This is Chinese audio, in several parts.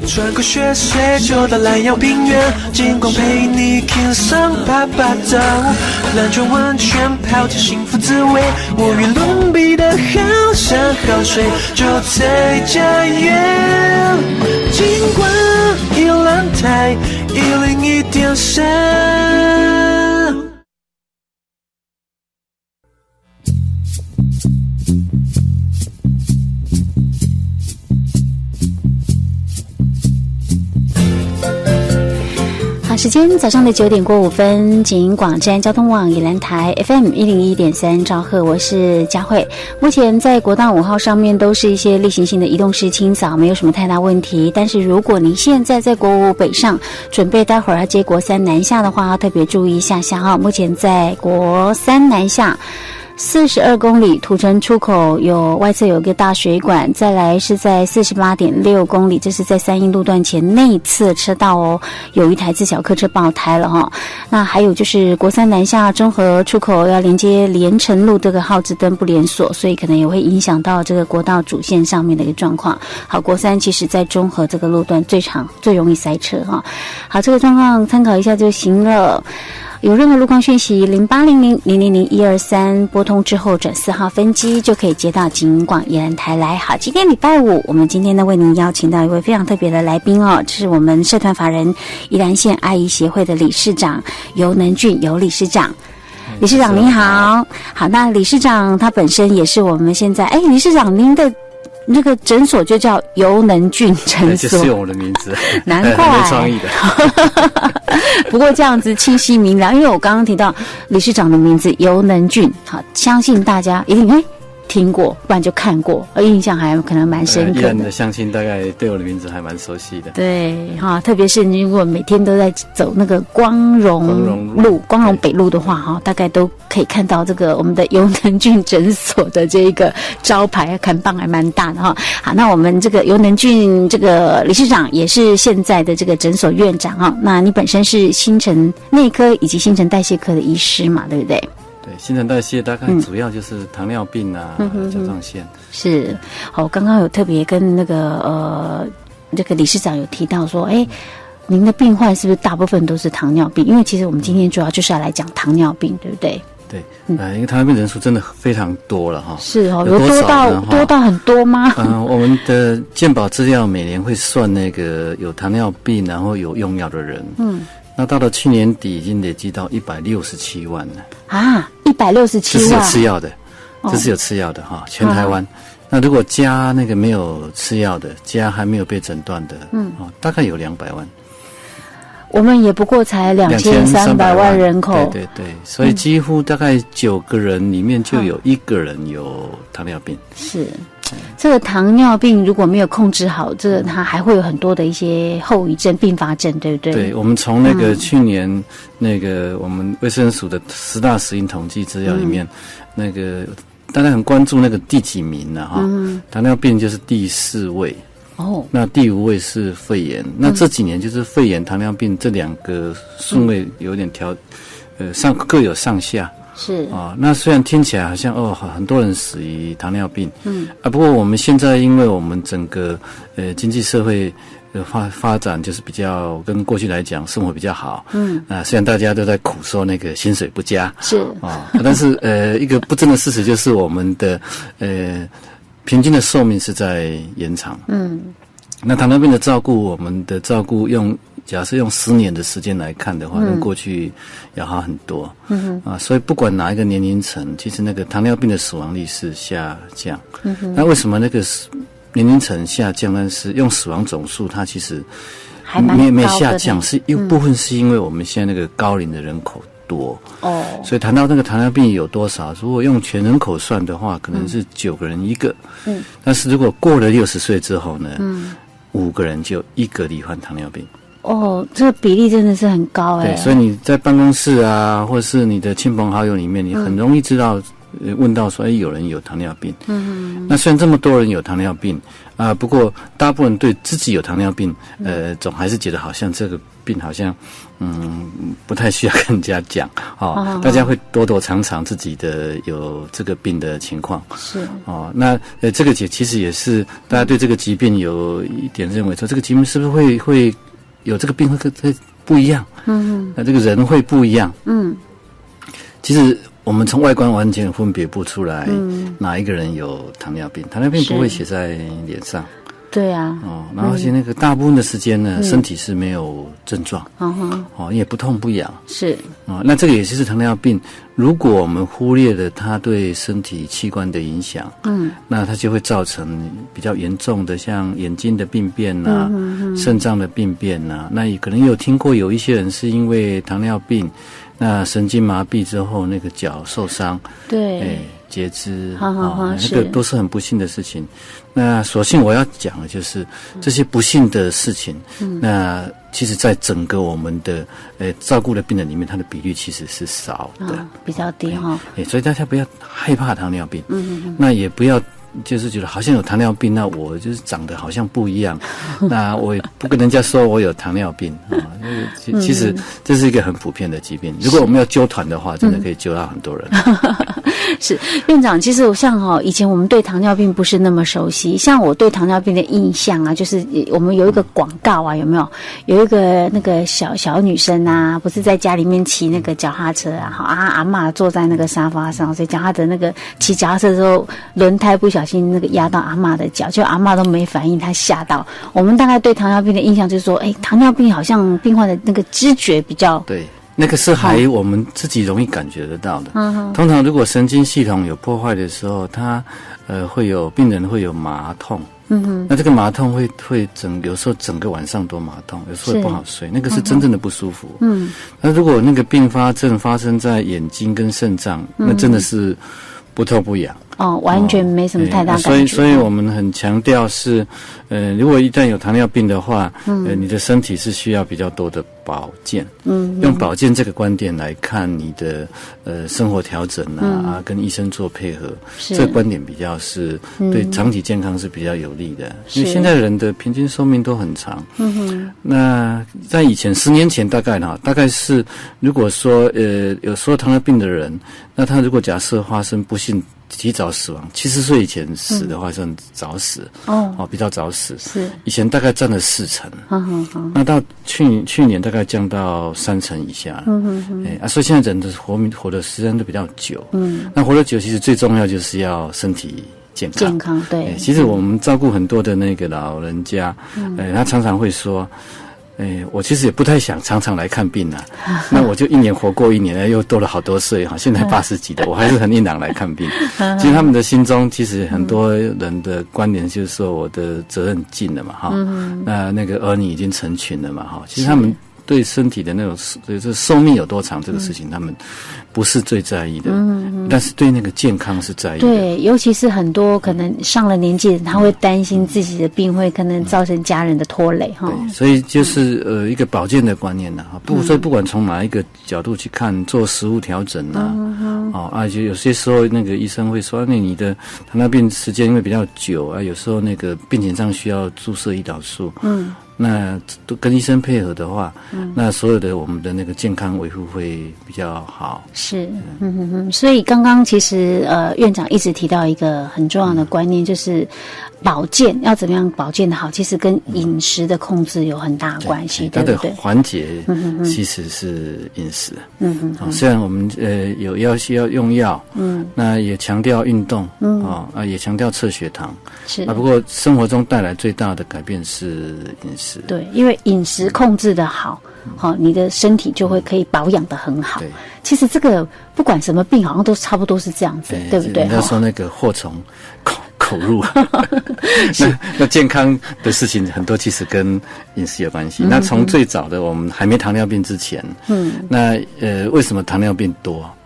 穿过雪水就到蓝腰平原，金光陪你看上爬爬照，篮球完全抛弃幸福滋味，无与伦比的好山好水就在家园。金光宜兰台101.3。 好，时间早上的9点过5分，警广治安交通网宜兰台 FM 101.3兆赫，我是佳慧。目前在国道5号上面都是一些例行性的移动式清扫，没有什么太大问题。但是如果你现在在国5北上，准备待会儿要接国3南下的话，要特别注意一下下哈。目前在国3南下42公里土城出口有外侧有一个大水管，再来是在48.6公里，这是在三义路段前内侧车道哦，有一台自小客车爆胎了哈。那还有就是国3南下中和出口要连接连城路，这个号志灯不连锁，所以可能也会影响到这个国道主线上面的一个状况。好，国3其实在中和这个路段最长最容易塞车哈。好，这个状况参考一下就行了。有任何路况讯息，0800000123拨通之后转4号分机就可以接到警广宜兰台来。好，今天礼拜5，我们今天呢为您邀请到一位非常特别的来宾哦，这是我们社团法人宜兰县阿姨协会的理事长游能俊游理事长。理事长您好。好，那理事长他本身也是我们现在，理事长您的那个诊所就叫游能俊诊所， 就是用我的名字， 难怪很有创意的。 不过这样子清晰明了，因为我刚刚提到理事长的名字游能俊，好，相信大家一定听过，不然就看过，印象还可能蛮深刻的。 宜兰的乡亲大概对我的名字还蛮熟悉的。 对哈，特别是你如果每天都在走那个光荣路、光荣北路的话哈，大概都可以看到这个我们的游能俊诊所的这一个招牌看板还蛮大的哈。好，那我们这个游能俊这个理事长也是现在的这个诊所院长啊。那你本身是新陈内科以及新陈代谢科的医师嘛，对不对？ 对，新陈代谢大概主要就是糖尿病啊、甲状腺。 是，好，刚刚有特别跟那个这个理事长有提到说，您的病患是不是大部分都是糖尿病？因为其实我们今天主要就是要来讲糖尿病，对不对？ 对，因为糖尿病人数真的非常多了哈。 是哦，有多到很多吗？ 我们的健保资料每年会算那个有糖尿病然后有用药的人。那到了去年底已经累积到167万了啊！167万， 这是有吃药的，这是有吃药的哈，全台湾。那如果加那个没有吃药的，加还没有被诊断的，大概有200万。 我们也不过才2300万人口， 对，所以几乎大概9个人里面就有1个人有糖尿病。 是。这个糖尿病如果没有控制好，这个它还会有很多的一些后遗症、并发症，对不对？ 对，我们从那个去年那个我们卫生署的10大死因统计资料里面，那个大家很关注那个第几名了哈？糖尿病就是第4位。那第5位是肺炎。那这几年就是肺炎、糖尿病这2个顺位有点各有上下。 是啊，那虽然听起来好像很多人死于糖尿病，不过我们现在因为我们整个经济社会的发展就是比较跟过去来讲生活比较好，虽然大家都在苦说那个薪水不佳， 是但是一个不争的事实就是我们的平均的寿命是在延长，那糖尿病的照顾，我们的照顾假设用10年的时间来看的话，跟过去要好很多。所以不管哪一个年龄层，其实那个糖尿病的死亡率是下降。那为什么那个年龄层下降？但是用死亡总数，它其实没下降，是一部分是因为我们现在那个高龄的人口多。所以谈到那个糖尿病有多少，如果用全人口算的话，可能是9个人1个。但是如果过了60岁之后呢，5个人就1个罹患糖尿病。 这个比例真的是很高对，所以你在办公室啊，或是你的亲朋好友里面，你很容易知道问到说，有人有糖尿病。那虽然这么多人有糖尿病不过大部分人对自己有糖尿病，总还是觉得好像这个病好像不太需要跟人家讲大家会躲躲藏藏自己的有这个病的情况。 是那这个其实也是大家对这个疾病有一点认为说，这个疾病是不是会有这个病会不一样？那这个人会不一样。其实我们从外观完全分别不出来哪一个人有糖尿病。糖尿病不会写在脸上。 对啊。 然后而且那个大部分的时间呢，身体是没有症状。也不痛不痒。 是。 那这个也就是糖尿病，如果我们忽略了它对身体器官的影响，那它就会造成比较严重的，像眼睛的病变肾脏的病变那也可能有听过有一些人是因为糖尿病，那神经麻痹之后那个脚受伤， 对， 截肢，那个都是很不幸的事情。那所幸我要讲的就是这些不幸的事情，那其实在整个我们的照顾的病人里面，它的比率其实是少的， 比较低所以大家不要害怕糖尿病，那也不要就是觉得好像有糖尿病，那我就是长得好像不一样，那我也不跟人家说我有糖尿病其实这是一个很普遍的疾病。如果我们要揪团的话，真的可以揪到很多人。 是院长，其实像以前我们对糖尿病不是那么熟悉，像我对糖尿病的印象就是我们有一个广告有没有？有一个那个小女生不是在家里面骑那个脚踏车阿嬷坐在那个沙发上，所以她的那个骑脚踏车的时候轮胎不小心那个压到阿嬷的脚，就阿嬷都没反应，她吓到。我们大概对糖尿病的印象就是说，糖尿病好像病患的那个知觉比较对。那个是我们自己容易感觉得到的。通常如果神经系统有破坏的时候，它病人会有麻痛。那这个麻痛会有时候整个晚上都麻痛，有时候会不好睡，那个是真正的不舒服。那如果那个并发症发生在眼睛跟肾脏，那真的是不痛不痒。 完全没什么太大感觉。 所以我们很强调是，如果一旦有糖尿病的话，你的身体是需要比较多的保健。用保健这个观点来看你的生活调整跟医生做配合，这个观点比较是对长体健康是比较有利的。因为现在人的平均寿命都很长。那在以前10年前大概是，如果说有说糖尿病的人，那他如果假设发生不幸提早死亡，70岁以前死的话算早死比较早死。是以前大概占了40%，那到去年大概降到30%以下。所以现在人的活的时间都比较久。那活得久，其实最重要就是要身体健康。对，其实我们照顾很多的那个老人家，他常常会说，我其实也不太想常常来看病那我就1年活过1年，又多了好多岁现在80几的，我还是很硬朗来看病。其实他们的心中，其实很多人的观点就是说，我的责任尽了嘛那个儿女已经成群了嘛其实他们对身体的那种这寿命有多长这个事情，他们不是最在意的，但是对那个健康是在意的。 对，尤其是很多可能上了年纪的人，他会担心自己的病会可能造成家人的拖累对，所以就是一个保健的观念所以不管从哪一个角度去看，做食物调整就有些时候那个医生会说，那你的糖尿病时间因为比较久有时候那个病情上需要注射胰岛素。那都跟医生配合的话，那所有的我们的那个健康维护会比较好。 是，所以刚刚其实院长一直提到一个很重要的观念，就是保健要怎么样保健的好，其实跟饮食的控制有很大关系，对不对？ 它的环节其实是饮食。虽然我们有要用药，那也强调运动，也强调测血糖，是不过生活中带来最大的改变是饮食。 对，因为饮食控制的好，你的身体就会可以保养的很好。其实这个不管什么病，好像都差不多是这样子，对不对？ 人家说那个祸从口入那健康的事情很多其实跟饮食有关系。那从最早的我们还没糖尿病之前，那为什么糖尿病多？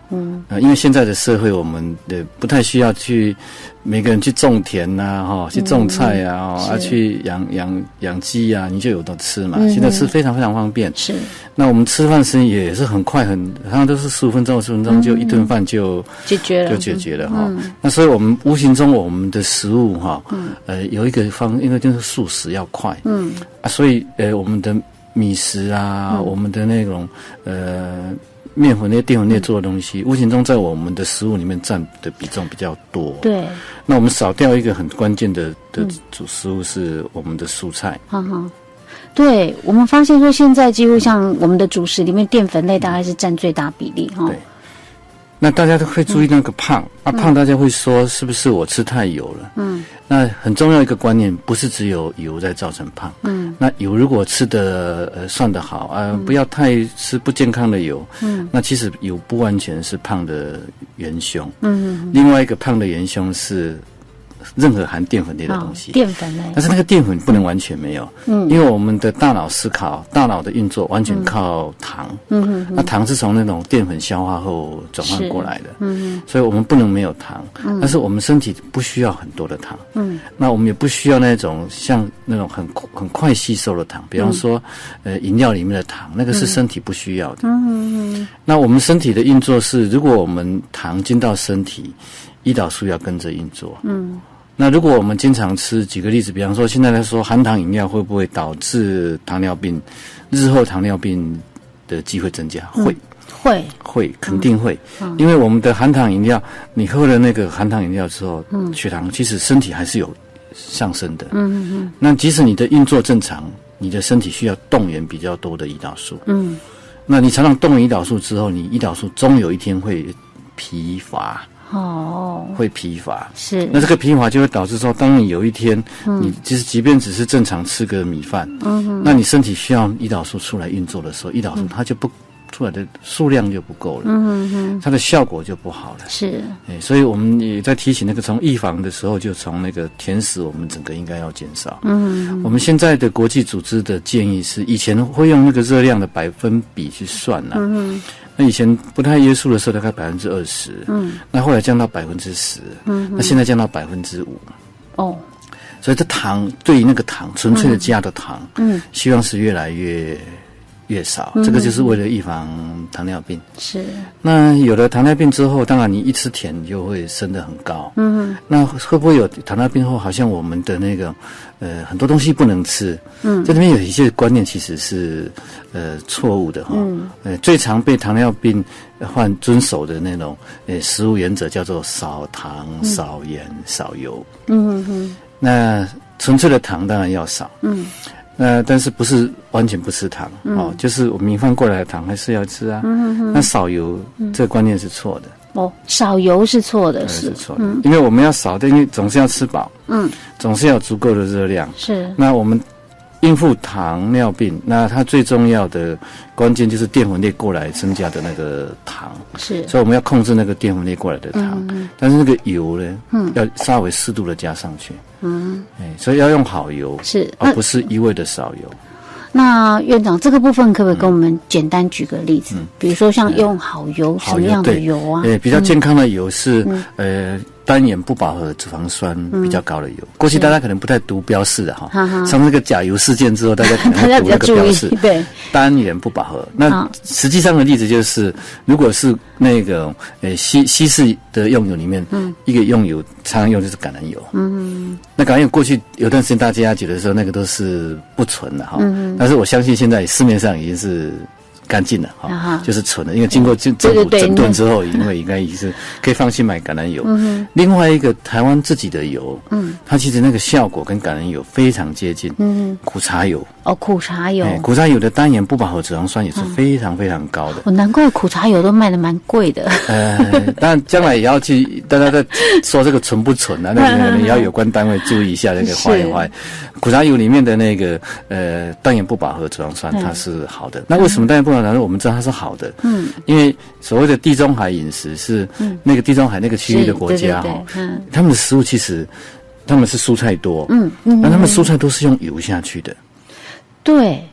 因为现在的社会我们不太需要去每个人去种田啊，去种菜啊，去养鸡啊，你就有的吃嘛。现在吃非常非常方便。是。那我们吃饭时间也是很快，常常都是15分钟、20分钟就一顿饭就解决了哈。那所以我们无形中我们的食物有一个因为就是速食要快。所以我们的米食啊，我们的那种面粉类、淀粉类做的东西，无形中在我们的食物里面占的比重比较多。对。那我们少掉一个很关键的主食物是我们的蔬菜。 对，我们发现说现在几乎像我们的主食里面淀粉类大概是占最大比例哈。对。 那大家都会注意那个胖，胖大家会说是不是我吃太油了？那很重要一个观念，不是只有油在造成胖。那油如果吃的算得好不要太吃不健康的油。那其实油不完全是胖的元凶。另外一个胖的元凶是任何含淀粉类的东西， 淀粉类， 但是那个淀粉不能完全没有，因为我们的大脑思考、大脑的运作完全靠糖，那糖是从那种淀粉消化后转换过来的，所以我们不能没有糖，但是我们身体不需要很多的糖，那我们也不需要那种像那种很快吸收的糖，比方说饮料里面的糖，那个是身体不需要的，那我们身体的运作是，如果我们糖进到身体，胰岛素要跟着运作，那如果我们经常吃，举个例子，比方说现在来说含糖饮料会不会导致糖尿病？日后糖尿病的机会增加？会，肯定会，因为我们的含糖饮料，你喝了那个含糖饮料之后，血糖其实身体还是有上升的。那即使你的运作正常，你的身体需要动员比较多的胰岛素。那你常常动员胰岛素之后，你胰岛素终有一天会疲乏。会疲乏，是。那这个疲乏就会导致说，当你有一天，你其实即便只是正常吃个米饭，那你身体需要胰岛素出来运作的时候，胰岛素它就不出来的数量就不够了，它的效果就不好了。是，所以我们也在提醒那个从预防的时候，就从那个甜食，我们整个应该要减少。我们现在的国际组织的建议是，以前会用那个热量的百分比去算那以前不太约束的时候，大概20%，那后来降到10%，那现在降到5%。所以这糖对于那个糖纯粹的加的糖，希望是越来越少，这个就是为了预防糖尿病。是。那有了糖尿病之后，当然你一吃甜，你就会升得很高。那会不会有糖尿病后，好像我们的那个很多东西不能吃？这里面有一些观念其实是错误的哈。最常被糖尿病患遵守的那种食物原则叫做少糖、少盐、少油。那纯粹的糖当然要少。但是不是完全不吃糖就是我们米饭过来的糖还是要吃啊。那少油这个观念是错的。 少油是错的， 是错的，因为我们要少的，因为总是要吃饱，总是要有足够的热量。是。那我们应付糖尿病，那它最重要的关键就是淀粉类过来增加的那个糖。是。所以我们要控制那个淀粉类过来的糖，但是那个油呢，要稍微适度的加上去。所以要用好油，是，而不是一味的少油。 那院长，这个部分可不可以跟我们简单举个例子？比如说像用好油，什么样的油啊？ 比较健康的油是单元不饱和脂肪酸比较高的油。过去大家可能不太读标示的哈，从那个甲油事件之后，大家可能会读那个标示。对，单元不饱和。那实际上的例子就是，如果是那个西式的用油里面，一个用油常常用就是橄榄油。那橄榄油过去有段时间大家觉得说那个都是不纯的哈，但是我相信现在市面上已经是干净了就是纯的，因为经过政府整顿之后，因为应该已经是可以放心买橄榄油。另外一个台湾自己的油，它其实那个效果跟橄榄油非常接近。苦茶油。 苦茶油。 苦茶油的单元不饱和脂肪酸也是非常非常高的。 难怪苦茶油都卖得蛮贵的。 当然将来也要去大家在说这个纯不纯啊，那也要有关单位注意一下那个坏一坏。苦茶油里面的那个单元不饱和脂肪酸它是好的。那为什么单元不饱和脂肪酸我们知道它是好的？因为所谓的地中海饮食是那个地中海那个区域的国家他们的食物其实他们是蔬菜多，那他们蔬菜都是用油下去的。 对，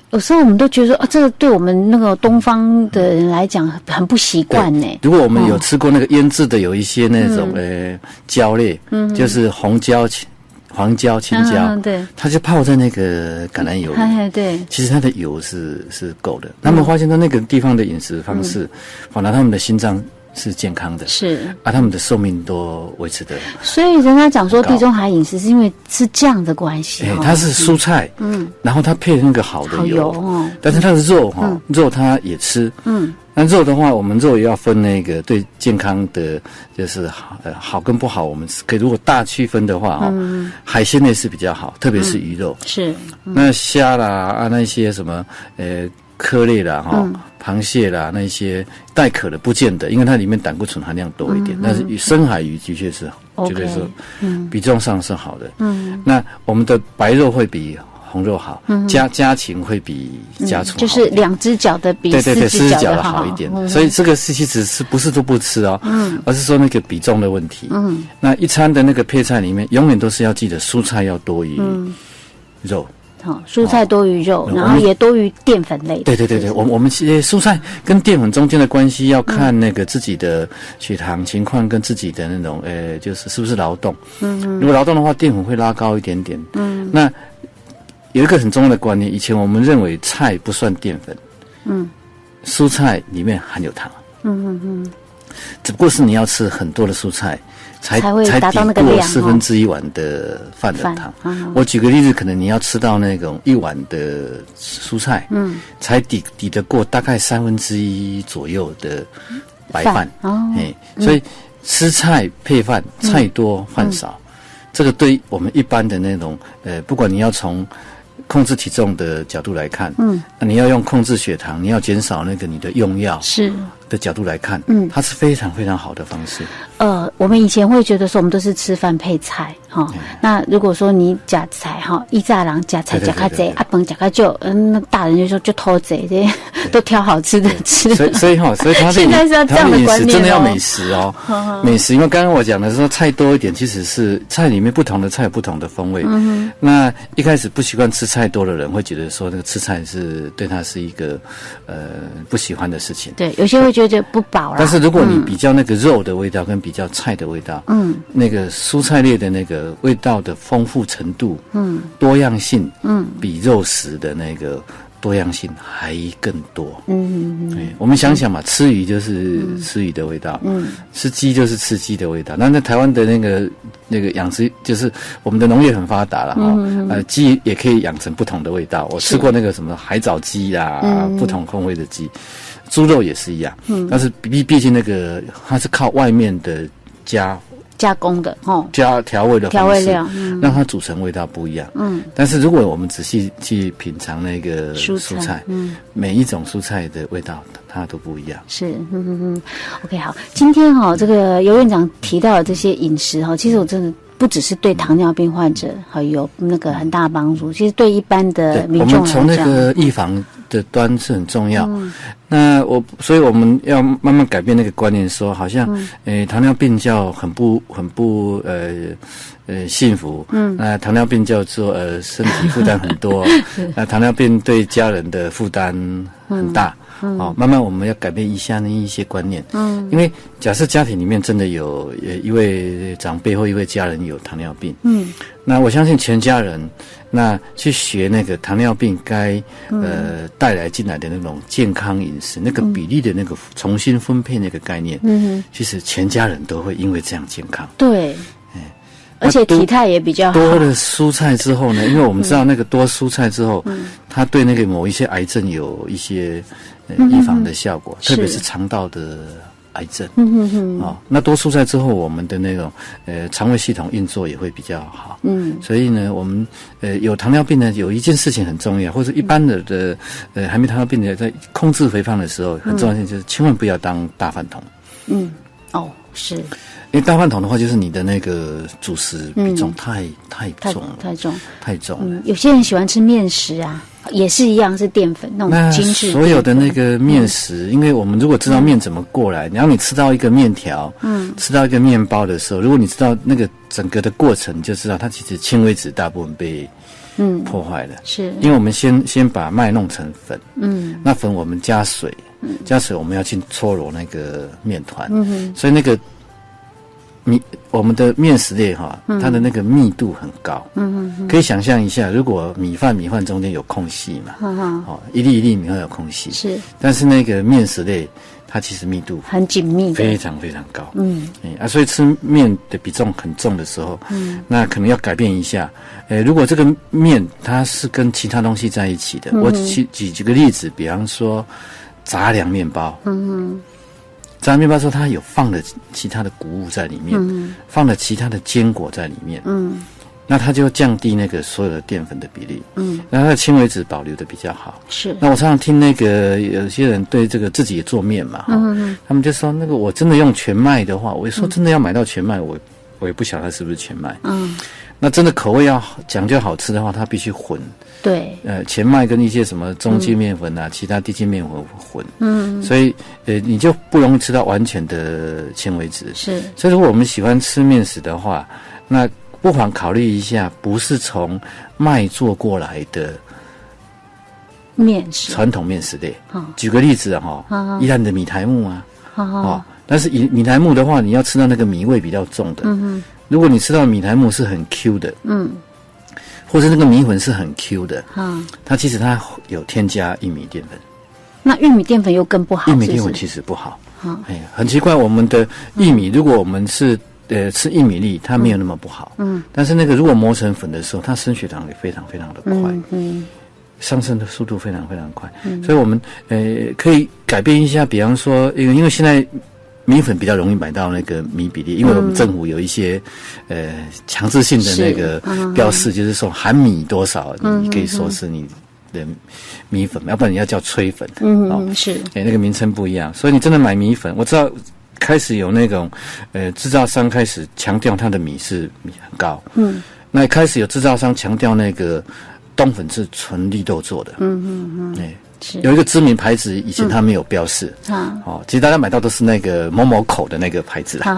有时候我们都觉得说这个对我们那个东方的人来讲很不习惯呢。 如果我们有吃过那个腌制的，有一些那种椒类，就是红椒、黄椒、青椒，对，它就泡在那个橄榄油里，对，其实它的油是够的。他们发现到那个地方的饮食方式，反而他们的心脏是健康的，是啊，他们的寿命都维持的。 所以人家讲说地中海饮食是因为是这样的关系， 它是蔬菜，然后它配那个好的油，但是它的肉肉它也吃，那肉的话，我们肉也要分那个对健康的，就是好跟不好，我们可以如果大区分的话，海鲜类是比较好，特别是鱼肉，是那虾啦那些什么科类啦螃蟹啦那些带壳的不见得，因为它里面胆固醇含量多一点，但是深海鱼的确是绝对是比重上是好的。那我们的白肉会比红肉好，家禽会比家畜好，就是 2只脚的比4只脚的好一点。所以这个其实是不是都不吃哦，而是说那个比重的问题。那一餐的那个配菜里面，永远都是要记得蔬菜要多于肉。 蔬菜多于肉，然后也多于淀粉类的。 对，我们蔬菜跟淀粉中间的关系要看那个自己的血糖情况跟自己的那种就是是不是劳动。如果劳动的话，淀粉会拉高一点点。那有一个很重要的观念，以前我们认为菜不算淀粉，蔬菜里面含有糖。只不过是你要吃很多的蔬菜。才达到那个量 1/4碗的饭的糖。我举个例子，可能你要吃到那种1碗的蔬菜，才抵得过大概1/3左右的白饭。所以吃菜配饭，菜多饭少，这个对我们一般的那种不管你要从控制体重的角度来看，那你要用控制血糖，你要减少那个你的用药是的角度来看，它是非常非常好的方式。 我们以前会觉得说我们都是吃饭配菜那如果说你夹菜一炸人夹菜夹较济，啊饭夹较少，那大人就说就偷贼的，都挑好吃的吃。 所以他现在是要这样的观念真的要美食美食。因为刚刚我讲的是说菜多一点，其实是菜里面不同的菜有不同的风味。那一开始不习惯吃菜多的人会觉得说那个吃菜是对他是一个不喜欢的事情。 对，有些会觉得不饱啦。 但是如果你比较那个肉的味道跟比较菜的味道，那个蔬菜类的那个味道的丰富程度，多样性，比肉食的那个多样性还更多。我们想想嘛，吃鱼就是吃鱼的味道，吃鸡就是吃鸡的味道。那在台湾的那个养殖，就是我们的农业很发达了鸡也可以养成不同的味道。我吃过那个什么海藻鸡啦，不同风味的鸡。猪肉也是一样，但是毕竟那个它是靠外面的加工的加调味的调味料， 让它组成味道不一样。但是如果我们仔细去品尝那个蔬菜，每一种蔬菜的味道它都不一样。 是，OK 好，今天这个尤院长提到的这些饮食其实我真的不只是对糖尿病患者有那个很大的帮助，其实对一般的民众来讲， 我们从那个预防的端是很重要。所以我们要慢慢改变那个观念，说好像糖尿病叫很不幸福，那糖尿病叫做身体负担很多，那糖尿病对家人的负担很大。慢慢我们要改变一下那一些观念。因为假设家庭里面真的有一位长辈或一位家人有糖尿病，那我相信全家人那去学那个糖尿病该带来进来的那种健康饮食，那个比例的那个重新分配那个概念，其实全家人都会因为这样健康。 对。而且体态也比较好。 多了蔬菜之后呢，因为我们知道那个多蔬菜之后，它对那个某一些癌症有一些预防的效果，特别是肠道的癌症。那多蔬菜之后，我们的那种肠胃系统运作也会比较好。所以呢，我们有糖尿病呢，有一件事情很重要，或者一般的还没糖尿病的在控制肥胖的时候，很重要的就是千万不要当大饭桶。 是。 因为大饭桶的话，就是你的那个主食比重太重了，太重了。 有些人喜欢吃面食啊，也是一样是淀粉那种精致。 所有的那个面食，因为我们如果知道面怎么过来，然后你吃到一个面条，吃到一个面包的时候，如果你知道那个整个的过程就知道，它其实纤维质大部分被破坏了。 是因为我们先把麦弄成粉，那粉我们加水，加水我们要去搓揉那个面团，所以那个我们的面食类它的那个密度很高，可以想象一下，如果米饭中间有空隙嘛，一粒一粒米饭有空隙， 是， 但是那个面食类它其实密度很紧密， 非常非常高，所以吃面的比重很重的时候，那可能要改变一下，如果这个面它是跟其他东西在一起的，我举个例子，比方说杂粮面包，杂粮面包说它有放了其他的谷物在里面，放了其他的坚果在里面，那它就降低那个所有的淀粉的比例，那它的纤维质保留的比较好。 是。 那我常常听那个有些人对这个自己也做面嘛，他们就说那个我真的用全麦的话，我说真的要买到全麦，我也不晓得它是不是全麦。那真的口味要讲究好吃的话，它必须混。 对， 全麦跟一些什么中筋面粉其他低筋面粉混，所以你就不容易吃到完全的纤维质。 是， 所以如果我们喜欢吃面食的话，那不妨考虑一下，不是从麦做过来的面食， 传统面食类。举个例子宜兰的米苔目但是米苔目的话，你要吃到那个米味比较重的。如果你吃到米苔目是很 Q 的，或者那个米粉是很 Q 的，它其实它有添加玉米淀粉。 那玉米淀粉又更不好， 玉米淀粉其实不好。很奇怪，我们的玉米，如果我们是吃玉米粒，它没有那么不好。但是那个如果磨成粉的时候，它升血糖也非常非常的快。上升的速度非常非常快。所以我们可以改变一下，比方说，因为现在米粉比较容易买到那个米比例，因为我们政府有一些强制性的那个标示，就是说含米多少，你可以说是你的米粉，要不然你要叫炊粉。 是， 那个名称不一样。所以你真的买米粉，我知道开始有那种制造商开始强调它的米是米很高。那开始有制造商强调那个冬粉是纯绿豆做的。有一个知名牌子，以前它没有标示。其实大家买到都是那个某某口的那个牌子。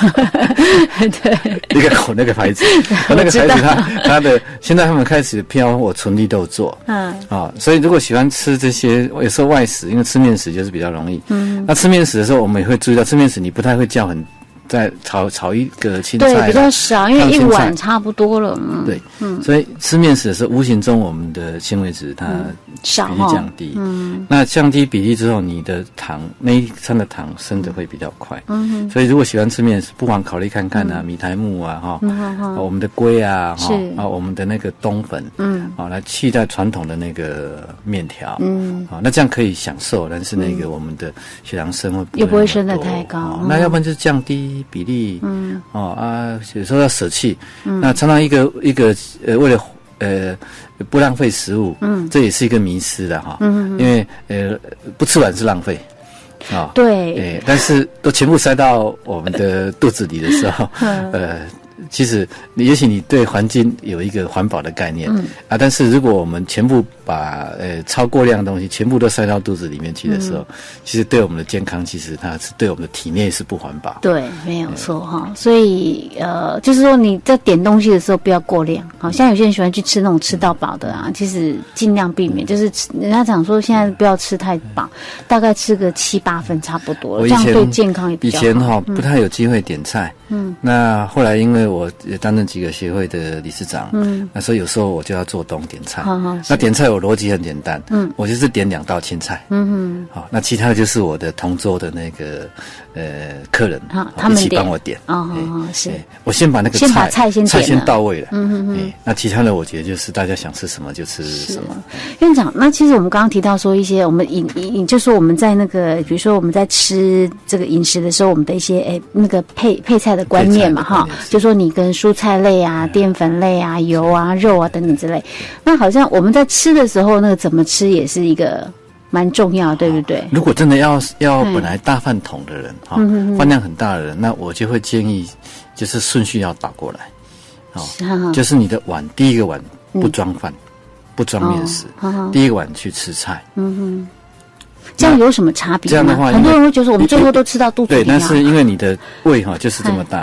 对，一个口那个牌子，那个牌子它的现在他们开始标我纯绿豆做。所以如果喜欢吃这些，有时候外食，因为吃面食就是比较容易。那吃面食的时候，我们也会注意到，吃面食你不太会叫很。再炒一个青菜， 对，比较少，因为一碗差不多了。 对，所以吃面食的时候，无形中我们的纤维质它比例降低。那降低比例之后，你的糖那一餐的糖升的会比较快。所以如果喜欢吃面食，不妨考虑看看米苔目我们的龟我们的那个冬粉，来替代传统的那个面条。那这样可以享受，但是那个我们的血糖升会又不会升得太高。 那要不然就是降低比例，有时候要舍弃。那常常一个为了不浪费食物，这也是一个迷思的因为不吃完是浪费。对，但是都全部塞到我们的肚子里的时候，其实也许你对环境有一个环保的概念，但是如果我们全部把超过量的东西全部都塞到肚子里面去的时候，其实对我们的健康，其实它是对我们的体内是不环保。对，没有错所以就是说你在点东西的时候不要过量。像有些人喜欢去吃那种吃到饱的其实尽量避免，就是人家讲说现在不要吃太饱，大概吃个7-8分差不多了，这样对健康也比较好。以前不太有机会点菜，那后来因为我也担任几个协会的理事长，那所以有时候我就要做东点菜。那点菜我逻辑很简单，我就是点2道青菜，那其他的就是我的同桌的那个客人，他们一起帮我点。是，我先把那个菜先到位了，那其他的我觉得就是大家想吃什么就吃什么。院长，那其实我们刚刚提到说一些我们就说我们在那个比如说我们在吃这个饮食的时候，我们的一些那个配菜的观念嘛就说你跟蔬菜类淀粉类油肉等等之类，那好像我们在吃的时候那个怎么吃也是一个蛮重要，对不对？如果真的要本来大饭桶的人饭量很大的人，那我就会建议就是顺序要倒过来，就是你的碗第一个碗不装饭，不装面食，第一个碗去吃菜。这样有什么差别吗？这样的话，很多人会觉得我们最后都吃到肚子里。对，但是因为你的胃就是这么大，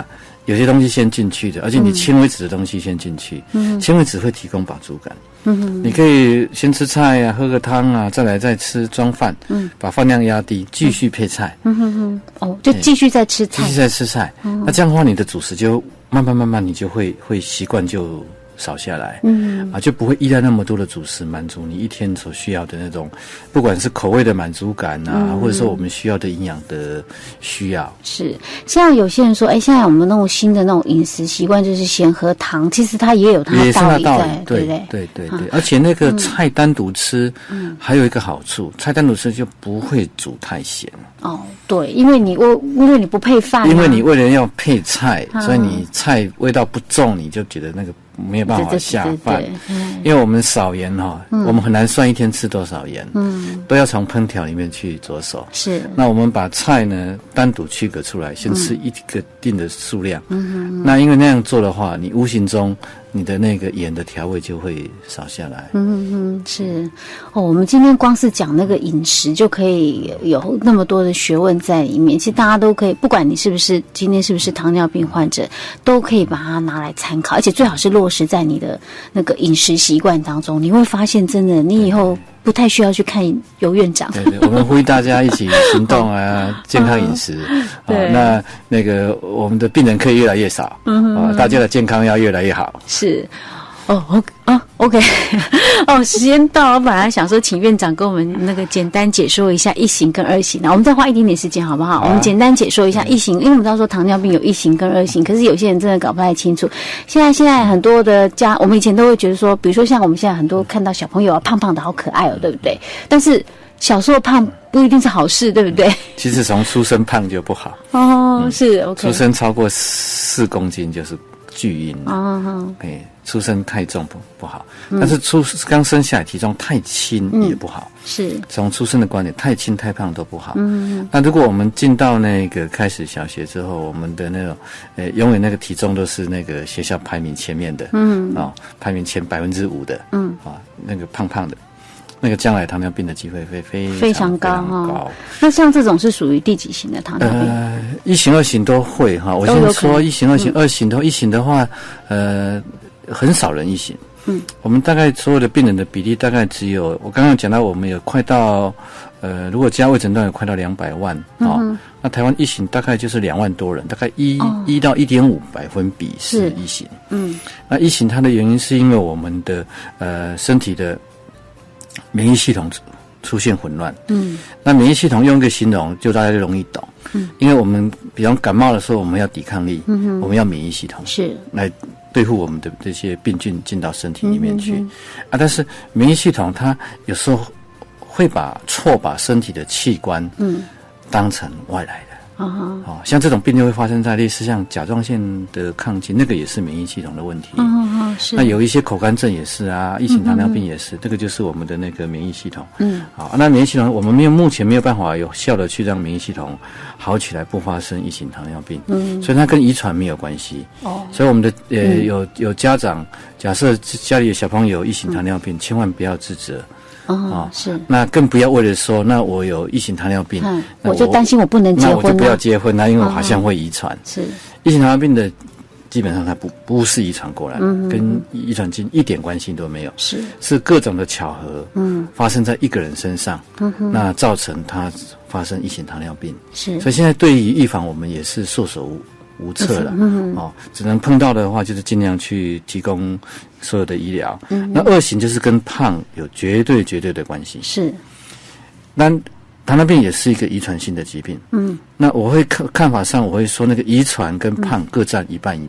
有些东西先进去的，而且你纤维质的东西先进去，纤维质会提供饱足感。你可以先吃菜啊，喝个汤啊，再吃装饭，把饭量压低，继续配菜。 就继续再吃菜， 继续再吃菜。那这样的话，你的主食就慢慢，你就会习惯就少下来，就不会依赖那么多的主食满足你一天所需要的那种，不管是口味的满足感啊，或者说我们需要的营养的需要。 是，像有些人说，现在我们那种新的那种饮食习惯就是先喝汤，其实它也有它的道理在，对不对？ 对，而且那个菜单独吃，还有一个好处，菜单独吃就不会煮太咸。 对，因为你不配饭， 因为你为了要配菜，所以你菜味道不重，你就觉得那个没有办法下饭。因为我们少盐我们很难算一天吃多少盐，都要从烹调里面去着手。是，那我们把菜呢单独区隔出来，先吃一个定的数量。那因为那样做的话，你无形中你的那个盐的调味就会少下来。 是我们今天光是讲那个饮食就可以有那么多的学问在里面。其实大家都可以，不管你今天是不是糖尿病患者，都可以把它拿来参考，而且最好是落实在你的那个饮食习惯当中。你会发现，真的，你以后不太需要去看游院长。 对，我们呼吁大家一起行动啊，健康饮食。那个我们的病人可以越来越少，大家的健康要越来越好。 是。OK 时间到了，我本来想说请院长跟我们那个简单解说一下1型跟2型，我们再花一点点时间好不好？我们简单解说一下1型，因为我们知道说糖尿病有1型跟2型，可是有些人真的搞不太清楚。现在很多的我们以前都会觉得说，比如说像我们现在很多看到小朋友胖胖的好可爱对不对？但是小时候胖不一定是好事，对不对？ 其实从出生胖就不好是 OK， 出生超过4公斤就是巨婴出生太重不好，但是刚生下来体重太轻也不好。是从出生的观点，太轻太胖都不好。那如果我们进到那个开始小学之后，我们的那种永远那个体重都是那个学校排名前面的，排名前5%的，那个胖胖的。那个将来糖尿病的机会会非常高。 那像这种是属于第几型的糖尿病 ？1型、2型都会我先说1型、2型、2型1型的话，很少人1型。我们大概所有的病人的比例大概只有，我刚刚讲到我们有快到如果加卫诊断有快到200万那台湾1型大概就是2万多人，大概1到1.5%是1型。那1型它的原因是因为我们的身体的免疫系统出现混乱。那免疫系统用一个形容就大家就容易懂。因为我们比方感冒的时候，我们要抵抗力，我们要免疫系统是来对付我们的这些病菌进到身体里面去。但是免疫系统它有时候会把身体的器官当成外来的。像这种病就会发生在类似像甲状腺的亢进，那个也是免疫系统的问题。那有一些口干症也是啊，1型糖尿病也是，这个就是我们的那个免疫系统。那免疫系统我们目前没有办法有效的去让免疫系统好起来，不发生1型糖尿病。所以它跟遗传没有关系。所以我们的有家长假设家里有小朋友1型糖尿病，千万不要自责。是。那更不要为了说，那我有1型糖尿病， 我就担心我不能结婚， 那我就不要结婚，因为我好像会遗传。是。1型糖尿病的基本上它不是遗传过来，跟遗传基因一点关系都没有。是各种的巧合，发生在一个人身上，那造成他发生1型糖尿病。是。所以现在对于预防，我们也是束手无策了。只能碰到的话，就是尽量去提供所有的医疗。那2型就是跟胖有绝对的关系。是。那糖尿病也是一个遗传性的疾病。那我会看法上，我会说那个遗传跟胖各占一半。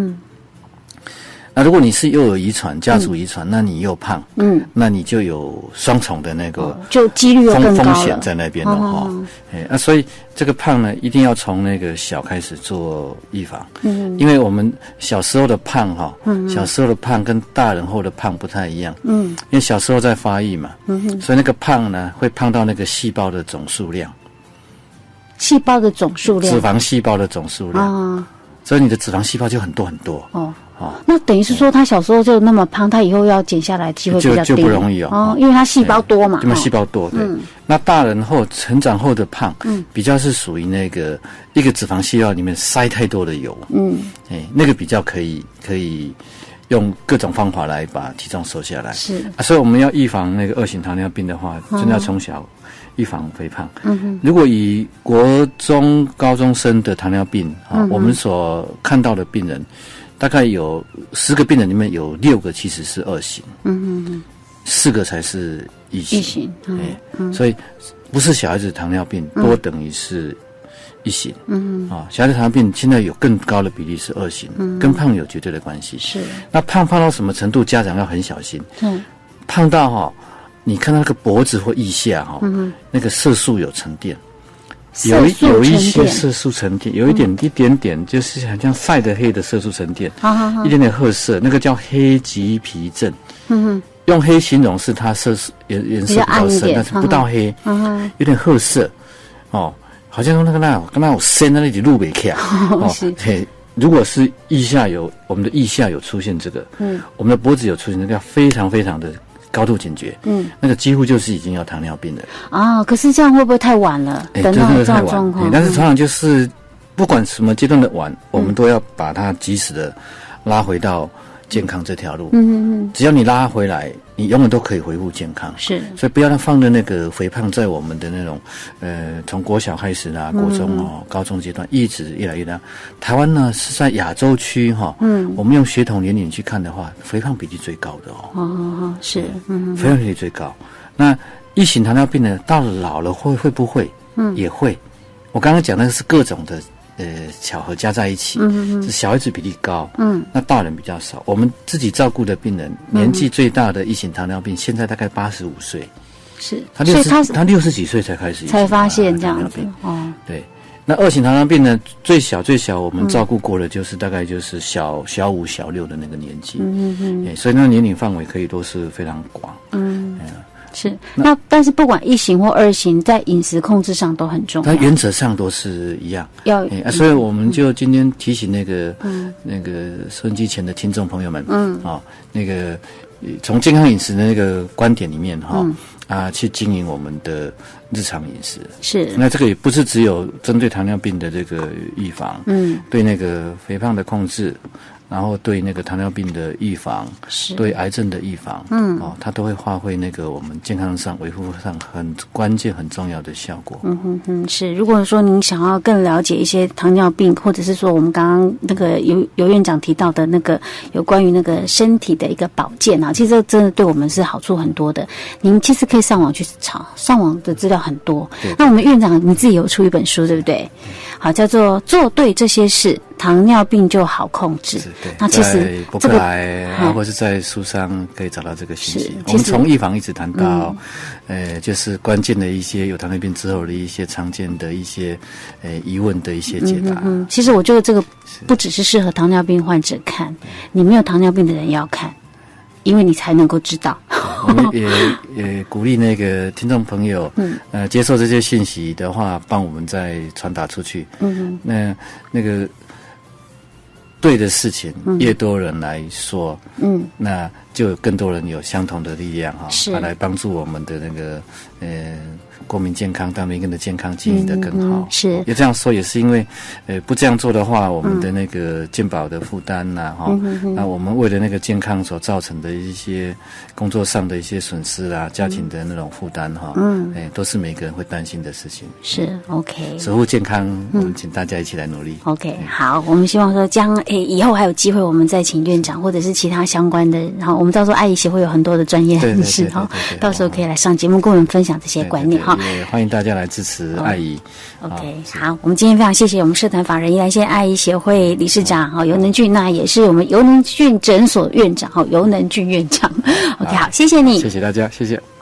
那如果你是又有遗传，家族遗传，那你又胖，那你就有双重的那个就几率又更高了， 风险在那边了所以这个胖呢，一定要从那个小开始做预防。因为我们小时候的胖小时候的胖跟大人后的胖不太一样。因为小时候在发育嘛，所以那个胖呢会胖到那个细胞的总数量， 细胞的总数量， 脂肪细胞的总数量。所以你的脂肪细胞就很多很多。 那等于是说他小时候就那么胖，他以后要减下来机会比较低， 就不容易因为他细胞多嘛， 因为细胞多，对。那大人后成长后的胖，比较是属于那个一个脂肪细胞里面塞太多的油，那个比较可以用各种方法来把体重瘦下来。 是所以我们要预防那个2型糖尿病的话，真的要从小预防肥胖。如果以国中高中生的糖尿病我们所看到的病人，大概有10个病人里面有6个其实是2型，4个才是1型。所以不是小孩子糖尿病多等于是1型。小孩子糖尿病现在有更高的比例是2型，跟胖有绝对的关系。 是。 那胖到什么程度，家长要很小心。胖到你看到那个脖子或腋下那个色素有沉淀。有一些色素沉淀，有一点点，就是好像晒得黑的色素沉淀，一点点褐色，那个叫黑棘皮症。用黑形容是它色素颜色比较深，但是不到黑，有点褐色。好像那有深的那里路北卡。如果是我们的腋下有出现这个，我们的脖子有出现这个，要非常非常的高度警觉，那个几乎就是已经有糖尿病了。可是这样会不会太晚了？等到这种状况， 但是常常就是不管什么阶段的晚，我们都要把它及时的拉回到健康这条路。只要你拉回来，你永远都可以恢复健康。 是， 所以不要让放的那个肥胖在我们的那种从国小开始国中高中阶段一直越来越大。台湾呢是在亚洲区我们用血统年龄去看的话，肥胖比例最高的是， 肥胖比例最高。那1型糖尿病呢，到老了会不会？也会。我刚刚讲的是各种的巧合加在一起，是小孩子比例高，那大人比较少。我们自己照顾的病人，年纪最大的1型糖尿病，现在大概85岁， 是， 他60几岁才开始才发现这样子。 对。那2型糖尿病呢，最小我们照顾过的就是大概就是小5、小6的那个年纪，所以那个年龄范围可以都是非常广。 是，那但是不管1型或2型，在饮食控制上都很重要。 它原则上都是一样。所以我们就今天提醒那个收音机前的听众朋友们，那个从健康饮食的那个观点里面去经营我们的日常饮食。 是， 那这个也不是只有针对糖尿病的这个预防，对那个肥胖的控制。然后对那个糖尿病的预防，对癌症的预防，它都会发挥那个我们健康上维护上很关键、很重要的效果。 是。如果说您想要更了解一些糖尿病，或者是说我们刚刚那个尤院长提到的那个有关于那个身体的一个保健其实这真的对我们是好处很多的。您其实可以上网去查，上网的资料很多。那我们院长你自己有出一本书，对不对？好，叫做《做对这些事，糖尿病就好控制》。那其实博客来或是在书上可以找到这个信息。我们从预防一直谈到就是关键的一些有糖尿病之后的一些常见的一些疑问的一些解答。 其实我觉得这个不只是适合糖尿病患者看，你没有糖尿病的人要看，因为你才能够知道。 我们也鼓励那个听众朋友接受这些信息的话，帮我们再传达出去。那个对的事情，越多人来说，那就有更多人有相同的力量来帮助我们的那个国民健康，让每个人的健康经营得更好。 是， 也这样说，也是因为不这样做的话，我们的那个健保的负担那我们为了那个健康所造成的一些工作上的一些损失家庭的那种负担都是每个人会担心的事情。 是 OK， 守护健康，我们请大家一起来努力。 OK， 好，我们希望说以后还有机会，我们再请院长或者是其他相关的，然后我们到时候爱医协会有很多的专业人士到时候可以来上节目跟我们分享这些观念也欢迎大家来支持爱医。 OK， 好，我们今天非常谢谢我们社团法人宜兰县爱医协会理事长尤能俊，那也是我们尤能俊诊所院长尤能俊院长。OK， 好，谢谢你， 谢谢大家，谢谢。